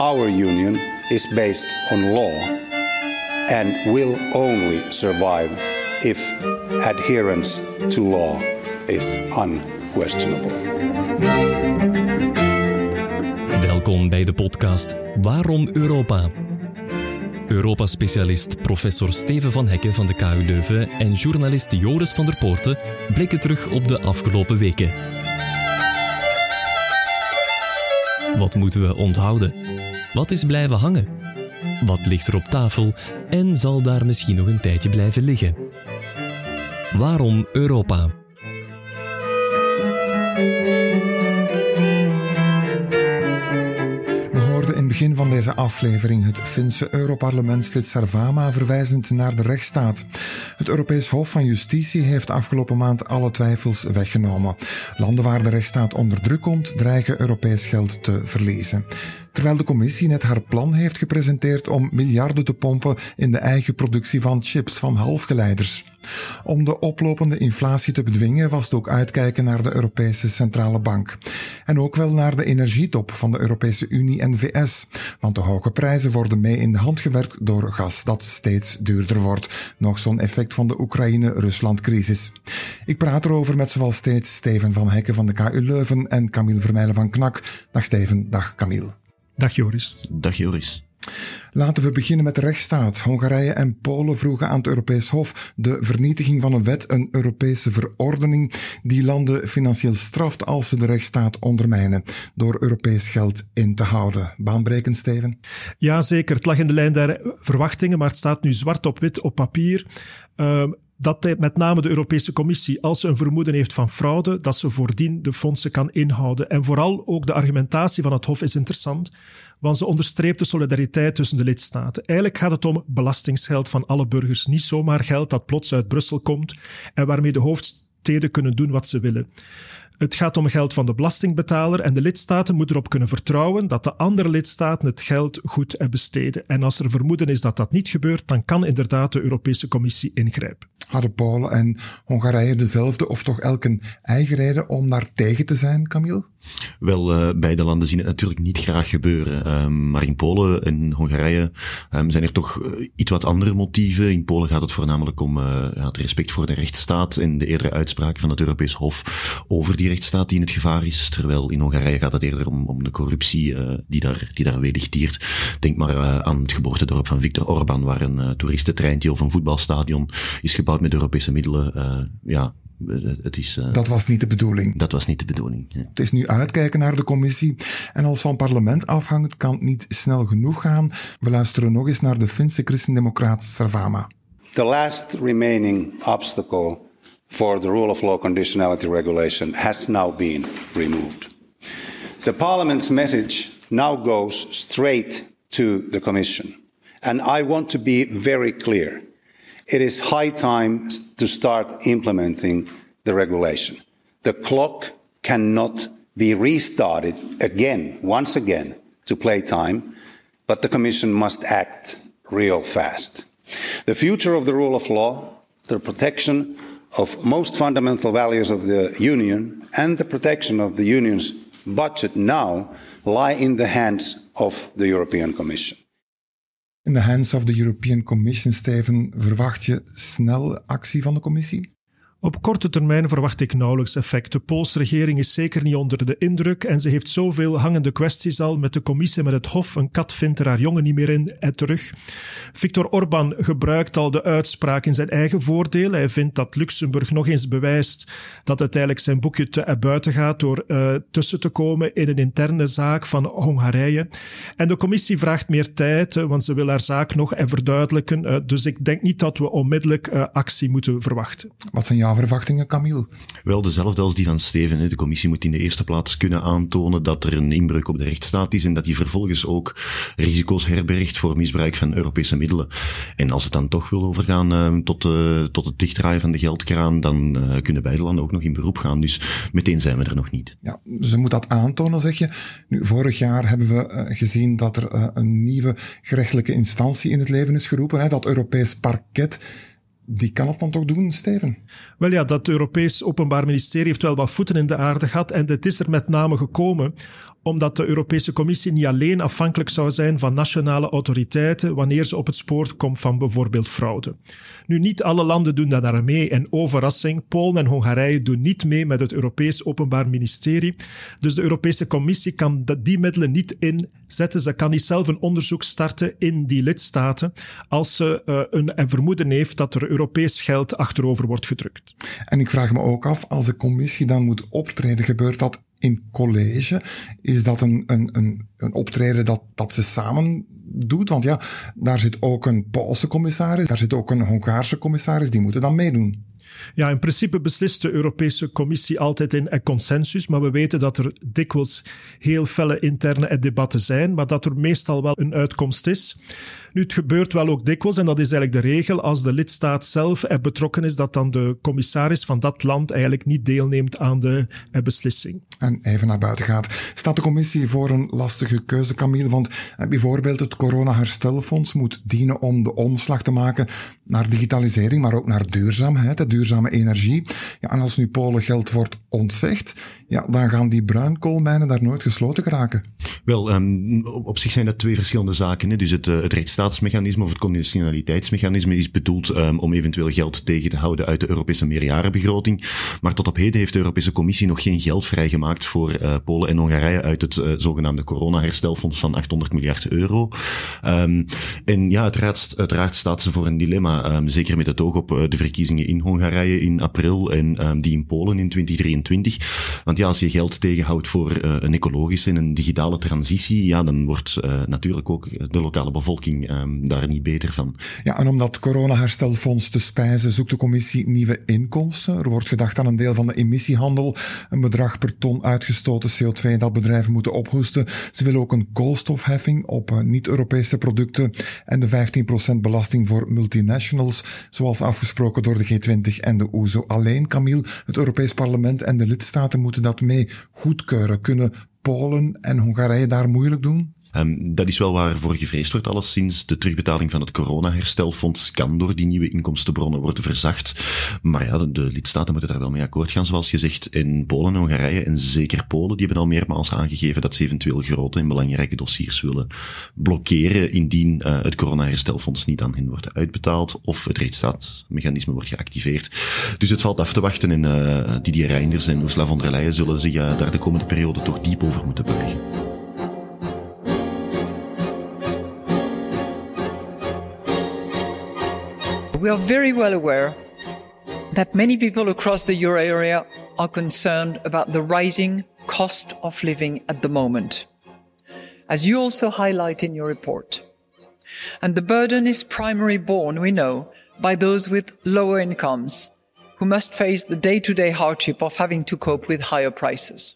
our union is based on law and will only survive if adherence to law is unquestionable. Welkom bij de podcast Waarom Europa? Europa-specialist professor Steven van Hekke van de KU Leuven en journalist Joris van der Poorten blikken terug op de afgelopen weken. Wat moeten we onthouden? Wat is blijven hangen? Wat ligt er op tafel en zal daar misschien nog een tijdje blijven liggen? Waarom Europa? In het begin van deze aflevering het Finse Europarlementslid Sarvamaa verwijzend naar de rechtsstaat. Het Europees Hof van Justitie heeft afgelopen maand alle twijfels weggenomen. Landen waar de rechtsstaat onder druk komt, dreigen Europees geld te verliezen. Terwijl de commissie net haar plan heeft gepresenteerd om miljarden te pompen in de eigen productie van chips, van halfgeleiders. Om de oplopende inflatie te bedwingen was het ook uitkijken naar de Europese Centrale Bank. En ook wel naar de energietop van de Europese Unie en VS. Want de hoge prijzen worden mee in de hand gewerkt door gas dat steeds duurder wordt. Nog zo'n effect van de Oekraïne-Rusland-crisis. Ik praat erover met zoals steeds Steven van Hekke van de KU Leuven en Camille Vermeilen van KNAK. Dag Steven, dag Camille. Dag Joris. Dag Joris. Laten we beginnen met de rechtsstaat. Hongarije en Polen vroegen aan het Europees Hof de vernietiging van een wet, een Europese verordening die landen financieel straft als ze de rechtsstaat ondermijnen, door Europees geld in te houden. Baanbrekend, Steven? Ja, zeker. Het lag in de lijn der verwachtingen, maar het staat nu zwart op wit op papier. Dat met name de Europese Commissie, als ze een vermoeden heeft van fraude, dat ze voordien de fondsen kan inhouden. En vooral ook de argumentatie van het Hof is interessant, want ze onderstreept de solidariteit tussen de lidstaten. Eigenlijk gaat het om belastingsgeld van alle burgers, niet zomaar geld dat plots uit Brussel komt en waarmee de hoofdsteden kunnen doen wat ze willen. Het gaat om geld van de belastingbetaler en de lidstaten moeten erop kunnen vertrouwen dat de andere lidstaten het geld goed besteden. En als er vermoeden is dat dat niet gebeurt, dan kan inderdaad de Europese Commissie ingrijpen. Hadden Polen en Hongarije dezelfde of toch elk een eigen reden om daar tegen te zijn, Camille? Wel, beide landen zien het natuurlijk niet graag gebeuren. Maar in Polen en Hongarije zijn er toch iets wat andere motieven. In Polen gaat het voornamelijk om het respect voor de rechtsstaat en de eerdere uitspraken van het Europees Hof over die rechtsstaat die in het gevaar is. Terwijl in Hongarije gaat het eerder om de corruptie die daar welig tiert. Denk maar aan het geboortedorp van Viktor Orbán, waar een toeristentreintje of een voetbalstadion is gebouwd met Europese middelen. Dat was niet de bedoeling. Dat was niet de bedoeling. Ja. Het is nu uitkijken naar de commissie. En als van het parlement afhangt, kan het niet snel genoeg gaan. We luisteren nog eens naar de Finse christendemocraat Sarvamaa. The last remaining obstacle for the rule of law conditionality regulation has now been removed. The Parliament's message now goes straight to the Commission. And I want to be very clear. It is high time to start implementing the regulation. The clock cannot be restarted once again, to play time, but the Commission must act real fast. The future of the rule of law, the protection of most fundamental values of the Union, and the protection of the Union's budget now lie in the hands of the European Commission. In the hands of the European Commission, Steven, verwacht je snel actie van de commissie? Op korte termijn verwacht ik nauwelijks effect. De Poolse regering is zeker niet onder de indruk en ze heeft zoveel hangende kwesties al met de commissie en met het Hof. Een kat vindt er haar jongen niet meer in en terug. Viktor Orbán gebruikt al de uitspraak in zijn eigen voordeel. Hij vindt dat Luxemburg nog eens bewijst dat uiteindelijk zijn boekje te buiten gaat door tussen te komen in een interne zaak van Hongarije. En de commissie vraagt meer tijd, want ze wil haar zaak nog verduidelijken. Dus ik denk niet dat we onmiddellijk actie moeten verwachten. Wat zijn jouw verwachtingen, Camille? Wel dezelfde als die van Steven. De commissie moet in de eerste plaats kunnen aantonen dat er een inbreuk op de rechtsstaat is en dat die vervolgens ook risico's herbergt voor misbruik van Europese middelen. En als het dan toch wil overgaan tot het dichtdraaien van de geldkraan, dan kunnen beide landen ook nog in beroep gaan. Dus meteen zijn we er nog niet. Ja, ze moet dat aantonen, zeg je. Nu, vorig jaar hebben we gezien dat er een nieuwe gerechtelijke instantie in het leven is geroepen, dat Europees parket. die kan het dan toch doen, Steven? Wel ja, dat Europees Openbaar Ministerie heeft wel wat voeten in de aarde gehad en het is er met name gekomen omdat de Europese Commissie niet alleen afhankelijk zou zijn van nationale autoriteiten wanneer ze op het spoor komt van bijvoorbeeld fraude. Nu, niet alle landen doen daar mee en overrassing, Polen en Hongarije doen niet mee met het Europees Openbaar Ministerie. Dus de Europese Commissie kan die middelen niet inzetten. Ze kan niet zelf een onderzoek starten in die lidstaten als ze een vermoeden heeft dat er Europees geld achterover wordt gedrukt. En ik vraag me ook af, als de Commissie dan moet optreden, gebeurt dat in college? Is dat een optreden dat ze samen doet? Want ja, daar zit ook een Poolse commissaris, daar zit ook een Hongaarse commissaris, die moeten dan meedoen. Ja, in principe beslist de Europese Commissie altijd in een consensus, maar we weten dat er dikwijls heel felle interne debatten zijn, maar dat er meestal wel een uitkomst is. Nu, het gebeurt wel ook dikwijls, en dat is eigenlijk de regel, als de lidstaat zelf betrokken is, dat dan de commissaris van dat land eigenlijk niet deelneemt aan de beslissing. En even naar buiten gaat. Staat de Commissie voor een lastige keuze, Camille? Want bijvoorbeeld het corona-herstelfonds moet dienen om de omslag te maken naar digitalisering, maar ook naar duurzaamheid, duurzame energie. Ja, en als nu Polen geld wordt ontzegd, ja, dan gaan die bruinkoolmijnen daar nooit gesloten geraken. Wel, op zich zijn dat twee verschillende zaken. Hè. Dus het rechtsstaatsmechanisme of het conditionaliteitsmechanisme is bedoeld om eventueel geld tegen te houden uit de Europese meerjarenbegroting. Maar tot op heden heeft de Europese Commissie nog geen geld vrijgemaakt voor Polen en Hongarije uit het zogenaamde corona-herstelfonds van 800 miljard euro. En ja, uiteraard staat ze voor een dilemma, zeker met het oog op de verkiezingen in Hongarije in april en die in Polen in 2023. Want ja, als je geld tegenhoudt voor een ecologische en een digitale transitie, ja, dan wordt natuurlijk ook de lokale bevolking daar niet beter van. Ja, en om dat corona-herstelfonds te spijzen, zoekt de Commissie nieuwe inkomsten. Er wordt gedacht aan een deel van de emissiehandel, een bedrag per ton uitgestoten CO2 dat bedrijven moeten ophoesten. Ze willen ook een koolstofheffing op niet-Europese producten en de 15% belasting voor multinationals, zoals afgesproken door de G20 en de OESO. Alleen, Camille, het Europees Parlement en de lidstaten moeten dat mee goedkeuren. Kunnen Polen en Hongarije daar moeilijk doen? Dat is wel waarvoor gevreesd wordt alleszins. De terugbetaling van het coronaherstelfonds kan door die nieuwe inkomstenbronnen worden verzacht. Maar ja, de lidstaten moeten daar wel mee akkoord gaan, zoals je zegt. En Polen en Hongarije, en zeker Polen, die hebben al meermaals aangegeven dat ze eventueel grote en belangrijke dossiers willen blokkeren indien het coronaherstelfonds niet aan hen wordt uitbetaald of het rechtsstaatsmechanisme wordt geactiveerd. Dus het valt af te wachten en Didier Reynders en Ursula von der Leyen zullen zich daar de komende periode toch diep over moeten buigen. We are very well aware that many people across the euro area are concerned about the rising cost of living at the moment, as you also highlight in your report. And the burden is primarily borne, we know, by those with lower incomes, who must face the day-to-day hardship of having to cope with higher prices.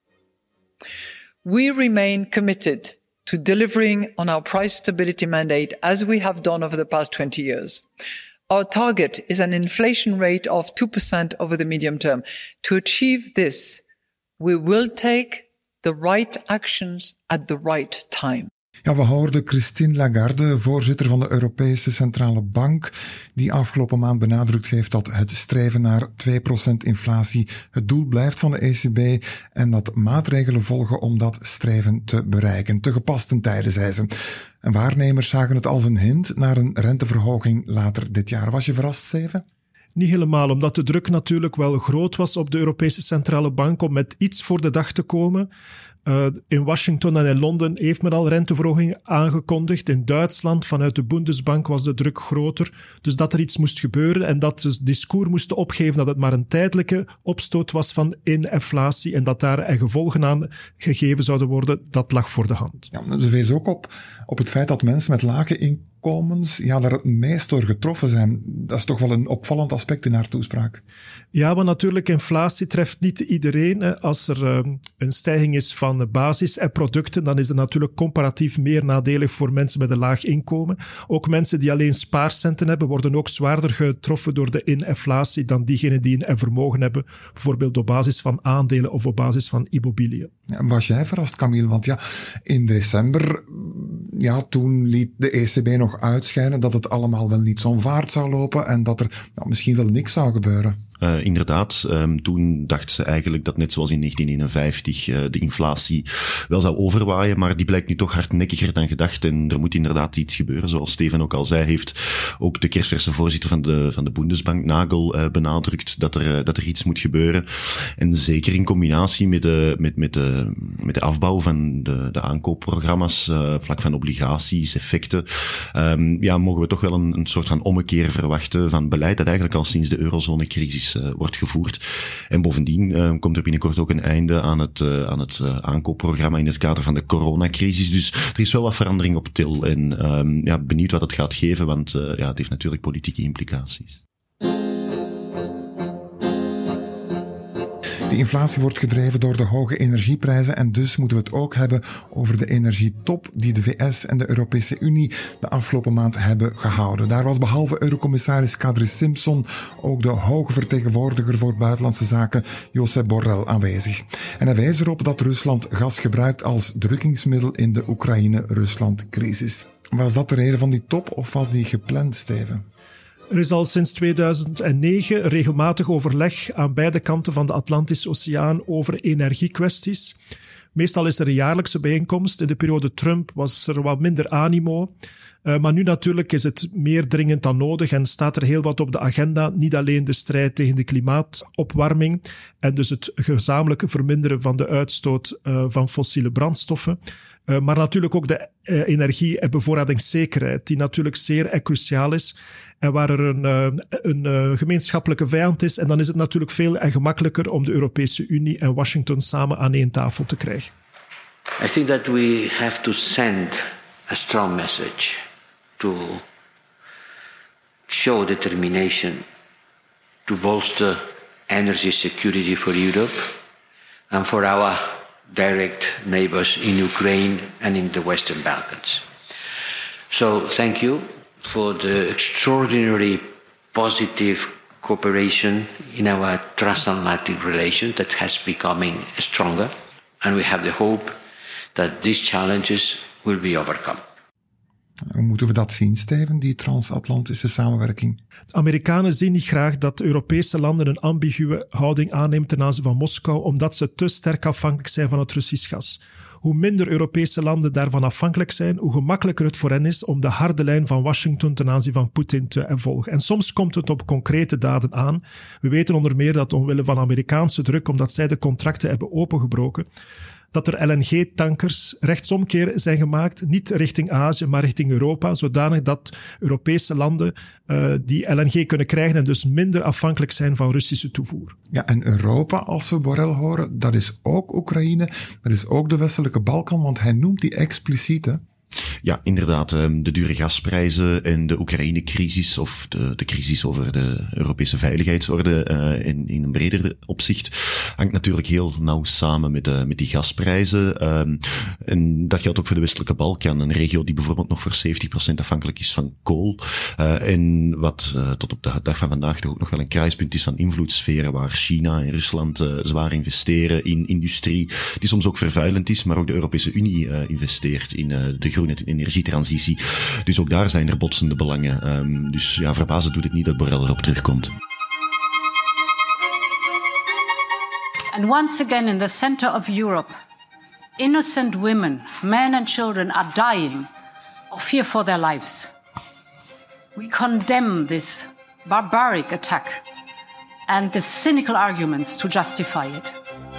We remain committed to delivering on our price stability mandate as we have done over the past 20 years. Our target is an inflation rate of 2% over the medium term. To achieve this, we will take the right actions at the right time. Ja, we hoorden Christine Lagarde, voorzitter van de Europese Centrale Bank, die afgelopen maand benadrukt heeft dat het streven naar 2% inflatie het doel blijft van de ECB en dat maatregelen volgen om dat streven te bereiken. Te gepaste tijden, zei ze. En waarnemers zagen het als een hint naar een renteverhoging later dit jaar. Was je verrast, Steven? Niet helemaal, omdat de druk natuurlijk wel groot was op de Europese Centrale Bank om met iets voor de dag te komen. In Washington en in Londen heeft men al renteverhoging aangekondigd. In Duitsland, vanuit de Bundesbank, was de druk groter. Dus dat er iets moest gebeuren en dat ze discours moesten opgeven dat het maar een tijdelijke opstoot was van inflatie en dat daar gevolgen aan gegeven zouden worden, dat lag voor de hand. Ja, ze wees ook op het feit dat mensen met lage inkomens daar het meest door getroffen zijn. Dat is toch wel een opvallend aspect in haar toespraak. Ja, maar natuurlijk, inflatie treft niet iedereen. Als er een stijging is van basis en producten, dan is het natuurlijk comparatief meer nadelig voor mensen met een laag inkomen. Ook mensen die alleen spaarcenten hebben, worden ook zwaarder getroffen door de inflatie dan diegenen die een vermogen hebben, bijvoorbeeld op basis van aandelen of op basis van immobiliën. Ja, was jij verrast, Camille? Want ja, in december toen liet de ECB nog uitschijnen dat het allemaal wel niet zo'n vaart zou lopen en dat er misschien wel niks zou gebeuren. Inderdaad, toen dacht ze eigenlijk dat net zoals in 1951 de inflatie wel zou overwaaien, maar die blijkt nu toch hardnekkiger dan gedacht en er moet inderdaad iets gebeuren. Zoals Steven ook al zei, heeft ook de kerstverse voorzitter van de Bundesbank, Nagel, benadrukt dat er iets moet gebeuren. En zeker in combinatie met de afbouw van de aankoopprogramma's, vlak van obligaties, effecten, mogen we toch wel een soort van ommekeer verwachten van beleid dat eigenlijk al sinds de eurozonecrisis wordt gevoerd. En bovendien komt er binnenkort ook een einde aan het aankoopprogramma in het kader van de coronacrisis. Dus er is wel wat verandering op til. En benieuwd wat het gaat geven, want het heeft natuurlijk politieke implicaties. De inflatie wordt gedreven door de hoge energieprijzen en dus moeten we het ook hebben over de energietop die de VS en de Europese Unie de afgelopen maand hebben gehouden. Daar was behalve Eurocommissaris Kadri Simpson ook de hoge vertegenwoordiger voor buitenlandse zaken Josep Borrell aanwezig. En hij wees erop dat Rusland gas gebruikt als drukkingsmiddel in de Oekraïne-Rusland-crisis. Was dat de reden van die top of was die gepland, Steven? Er is al sinds 2009 regelmatig overleg aan beide kanten van de Atlantische Oceaan over energiekwesties. Meestal is er een jaarlijkse bijeenkomst. In de periode Trump was er wat minder animo. Maar nu natuurlijk is het meer dringend dan nodig en staat er heel wat op de agenda. Niet alleen de strijd tegen de klimaatopwarming en dus het gezamenlijke verminderen van de uitstoot van fossiele brandstoffen. Maar natuurlijk ook de energie- en bevoorradingszekerheid, die natuurlijk zeer cruciaal is. En waar er een gemeenschappelijke vijand is. En dan is het natuurlijk veel gemakkelijker om de Europese Unie en Washington samen aan één tafel te krijgen. I think that we have to send a strong message to show determination to bolster energy security for Europe and for our direct neighbors in Ukraine and in the Western Balkans. So thank you for the extraordinary positive cooperation in our transatlantic relations that has becoming stronger, and we have the hope that these challenges will be overcome. Hoe moeten we dat zien, Steven, die transatlantische samenwerking? De Amerikanen zien niet graag dat Europese landen een ambiguë houding aannemen ten aanzien van Moskou, omdat ze te sterk afhankelijk zijn van het Russisch gas. Hoe minder Europese landen daarvan afhankelijk zijn, hoe gemakkelijker het voor hen is om de harde lijn van Washington ten aanzien van Poetin te volgen. En soms komt het op concrete daden aan. We weten onder meer dat omwille van Amerikaanse druk, omdat zij de contracten hebben opengebroken, dat er LNG-tankers rechtsomkeer zijn gemaakt, niet richting Azië, maar richting Europa, zodanig dat Europese landen die LNG kunnen krijgen en dus minder afhankelijk zijn van Russische toevoer. Ja, en Europa, als we Borrell horen, dat is ook Oekraïne, dat is ook de westelijke Balkan, want hij noemt die expliciet, hè? Ja, inderdaad. De dure gasprijzen en de Oekraïne-crisis, of de crisis over de Europese veiligheidsorde in een breder opzicht, hangt natuurlijk heel nauw samen met die gasprijzen. En dat geldt ook voor de westelijke Balkan, een regio die bijvoorbeeld nog voor 70% afhankelijk is van kool. En wat tot op de dag van vandaag toch ook nog wel een kruispunt is van invloedssferen, waar China en Rusland zwaar investeren in industrie, die soms ook vervuilend is, maar ook de Europese Unie investeert in de groene energietransitie. Dus ook daar zijn er botsende belangen. Dus ja, verbazen doet het niet dat Borrell erop terugkomt. And once again in the center of Europe, innocent women, men and children are dying of fear for their lives. We condemn this barbaric attack and the cynical arguments to justify it.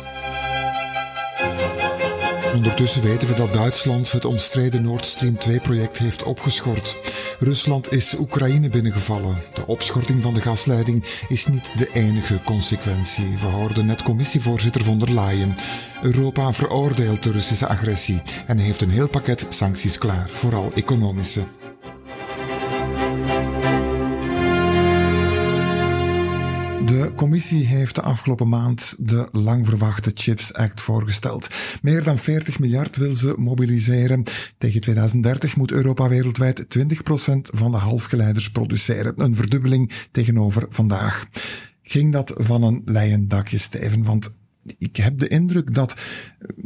Ondertussen weten we dat Duitsland het omstreden Nord Stream 2-project heeft opgeschort. Rusland is Oekraïne binnengevallen. De opschorting van de gasleiding is niet de enige consequentie. We hoorden net commissievoorzitter von der Leyen. Europa veroordeelt de Russische agressie en heeft een heel pakket sancties klaar, vooral economische. De commissie heeft de afgelopen maand de lang verwachte Chips Act voorgesteld. Meer dan 40 miljard wil ze mobiliseren. Tegen 2030 moet Europa wereldwijd 20% van de halfgeleiders produceren. Een verdubbeling tegenover vandaag. Ging dat van een leien dakje, Steven? Want ik heb de indruk dat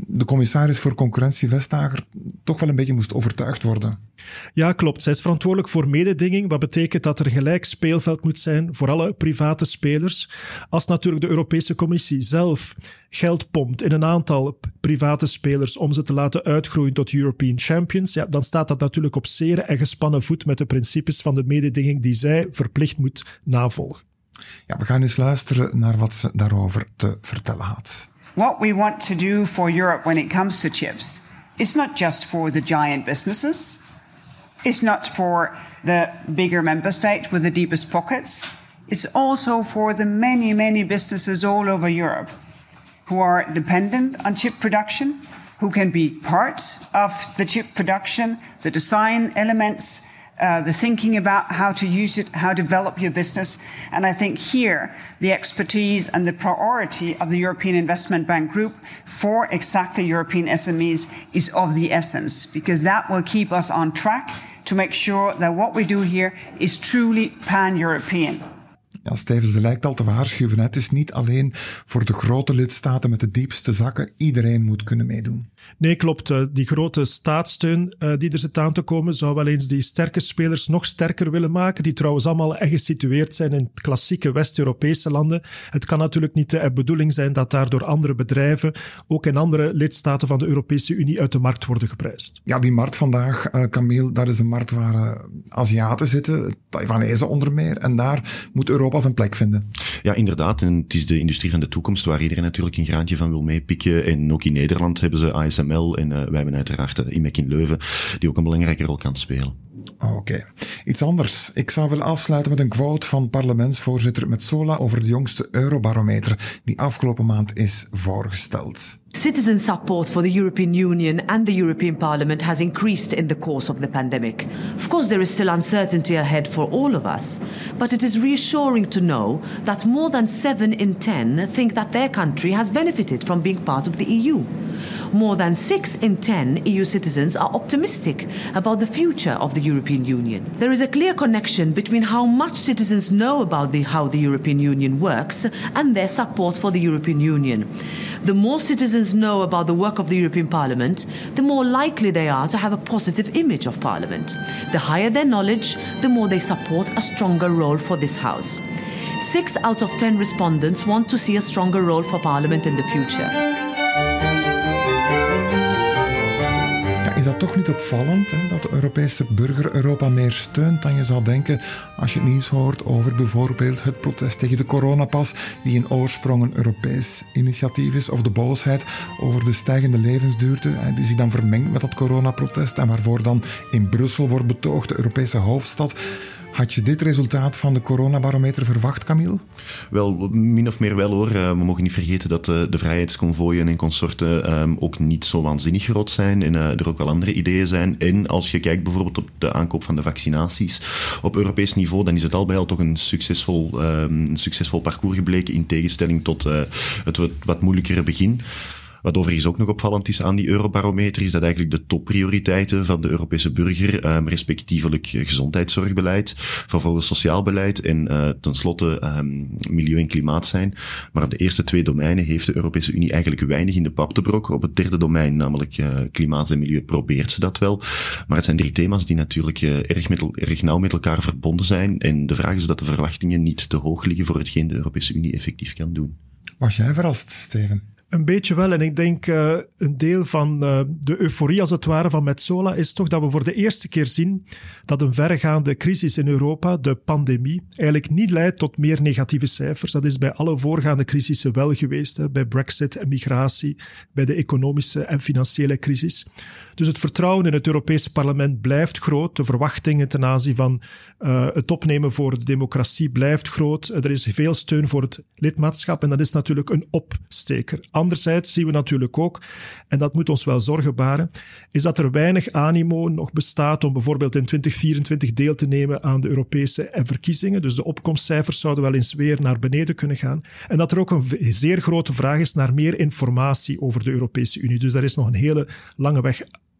de commissaris voor concurrentie Vestager toch wel een beetje moest overtuigd worden. Ja, klopt. Zij is verantwoordelijk voor mededinging, wat betekent dat er een gelijk speelveld moet zijn voor alle private spelers. Als natuurlijk de Europese Commissie zelf geld pompt in een aantal private spelers om ze te laten uitgroeien tot European Champions, ja, dan staat dat natuurlijk op zeer en gespannen voet met de principes van de mededinging die zij verplicht moet navolgen. Ja, we gaan eens luisteren naar wat ze daarover te vertellen had. What we want to do for Europe when it comes to chips is not just for the giant businesses. It's not for the bigger member states with the deepest pockets. It's also for the many, many businesses all over Europe who are dependent on chip production, who can be part of the chip production, the design elements, the thinking about how to use it, how to develop your business. And I think here, the expertise and the priority of the European Investment Bank Group for exactly European SMEs is of the essence, because that will keep us on track to make sure that what we do here is truly pan-European. Ja, Stevens, er lijkt al te waarschuwen. Het is niet alleen voor de grote lidstaten met de diepste zakken. Iedereen moet kunnen meedoen. Nee, klopt. Die grote staatssteun die er zit aan te komen, zou wel eens die sterke spelers nog sterker willen maken, die trouwens allemaal echt gesitueerd zijn in klassieke West-Europese landen. Het kan natuurlijk niet de bedoeling zijn dat daardoor andere bedrijven, ook in andere lidstaten van de Europese Unie, uit de markt worden geprijsd. Ja, die markt vandaag, Camille, dat is een markt waar Aziaten zitten, Taiwanezen onder meer, en daar moet Europa zijn plek vinden. Ja, inderdaad. En het is de industrie van de toekomst waar iedereen natuurlijk een graantje van wil meepikken. En ook in Nederland hebben ze ASML en wij hebben uiteraard IMEC in Leuven, die ook een belangrijke rol kan spelen. Oké. Iets anders. Ik zou willen afsluiten met een quote van parlementsvoorzitter Metsola over de jongste Eurobarometer die afgelopen maand is voorgesteld. Citizen support for the European Union and the European Parliament has increased in the course of the pandemic. Of course, there is still uncertainty ahead for all of us, but it is reassuring to know that more than 7 in 10 think that their country has benefited from being part of the EU. More than 6 in 10 EU citizens are optimistic about the future of the European Union. There is a clear connection between how much citizens know about how the European Union works and their support for the European Union. The more citizens know about the work of the European Parliament, the more likely they are to have a positive image of Parliament. The higher their knowledge, the more they support a stronger role for this House. 6 out of 10 respondents want to see a stronger role for Parliament in the future. Is dat toch niet opvallend, hè, dat de Europese burger Europa meer steunt dan je zou denken als je het nieuws hoort over bijvoorbeeld het protest tegen de coronapas, die in oorsprong een Europees initiatief is, of de boosheid over de stijgende levensduurte, die zich dan vermengt met dat coronaprotest en waarvoor dan in Brussel wordt betoogd, de Europese hoofdstad. Had je dit resultaat van de coronabarometer verwacht, Camille? Wel, min of meer wel hoor. We mogen niet vergeten dat de vrijheidsconvooien en consorten ook niet zo waanzinnig groot zijn en er ook wel andere ideeën zijn. En als je kijkt bijvoorbeeld op de aankoop van de vaccinaties op Europees niveau, dan is het al bij al toch een succesvol parcours gebleken in tegenstelling tot het wat moeilijkere begin. Wat overigens ook nog opvallend is aan die Eurobarometer, is dat eigenlijk de topprioriteiten van de Europese burger, respectievelijk gezondheidszorgbeleid, vervolgens sociaal beleid en tenslotte milieu en klimaat zijn. Maar op de eerste 2 domeinen heeft de Europese Unie eigenlijk weinig in de pap te brokken. Op het 3e domein, namelijk klimaat en milieu, probeert ze dat wel. Maar het zijn 3 thema's die natuurlijk erg nauw met elkaar verbonden zijn. En de vraag is dat de verwachtingen niet te hoog liggen voor hetgeen de Europese Unie effectief kan doen. Was jij verrast, Steven? Een beetje wel. En ik denk een deel van de euforie als het ware van Metsola is toch dat we voor de eerste keer zien dat een verregaande crisis in Europa, de pandemie, eigenlijk niet leidt tot meer negatieve cijfers. Dat is bij alle voorgaande crisissen wel geweest. Hè? Bij Brexit en migratie, bij de economische en financiële crisis. Dus het vertrouwen in het Europese parlement blijft groot. De verwachtingen ten aanzien van het opnemen voor de democratie blijft groot. Er is veel steun voor het lidmaatschap en dat is natuurlijk een opsteker. Anderzijds zien we natuurlijk ook, en dat moet ons wel zorgen baren, is dat er weinig animo nog bestaat om bijvoorbeeld in 2024 deel te nemen aan de Europese verkiezingen. Dus de opkomstcijfers zouden wel eens weer naar beneden kunnen gaan. En dat er ook een zeer grote vraag is naar meer informatie over de Europese Unie. Dus daar is nog een hele lange weg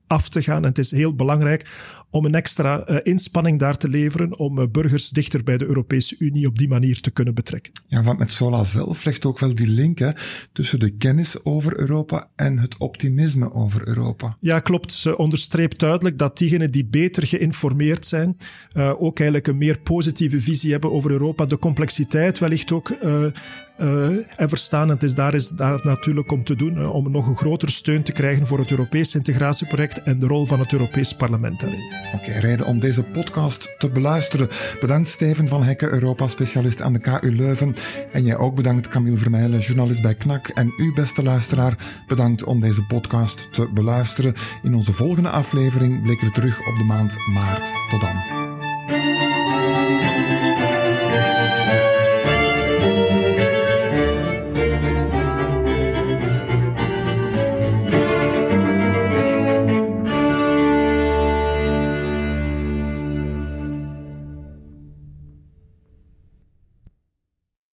af te gaan. En het is heel belangrijk om een extra inspanning daar te leveren om burgers dichter bij de Europese Unie op die manier te kunnen betrekken. Ja, want Metsola zelf legt ook wel die link tussen de kennis over Europa en het optimisme over Europa. Ja, klopt. Ze onderstreept duidelijk dat diegenen die beter geïnformeerd zijn, ook eigenlijk een meer positieve visie hebben over Europa, de complexiteit wellicht ook en verstaan. Het is daar natuurlijk om te doen, om nog een grotere steun te krijgen voor het Europees integratieproject en de rol van het Europees Parlement daarin. Oké, reden om deze podcast te beluisteren. Bedankt Steven van Hekke, Europa-specialist aan de KU Leuven. En jij ook bedankt Camille Vermeilen, journalist bij KNAK. En u, beste luisteraar, bedankt om deze podcast te beluisteren. In onze volgende aflevering blikken we terug op de maand maart. Tot dan.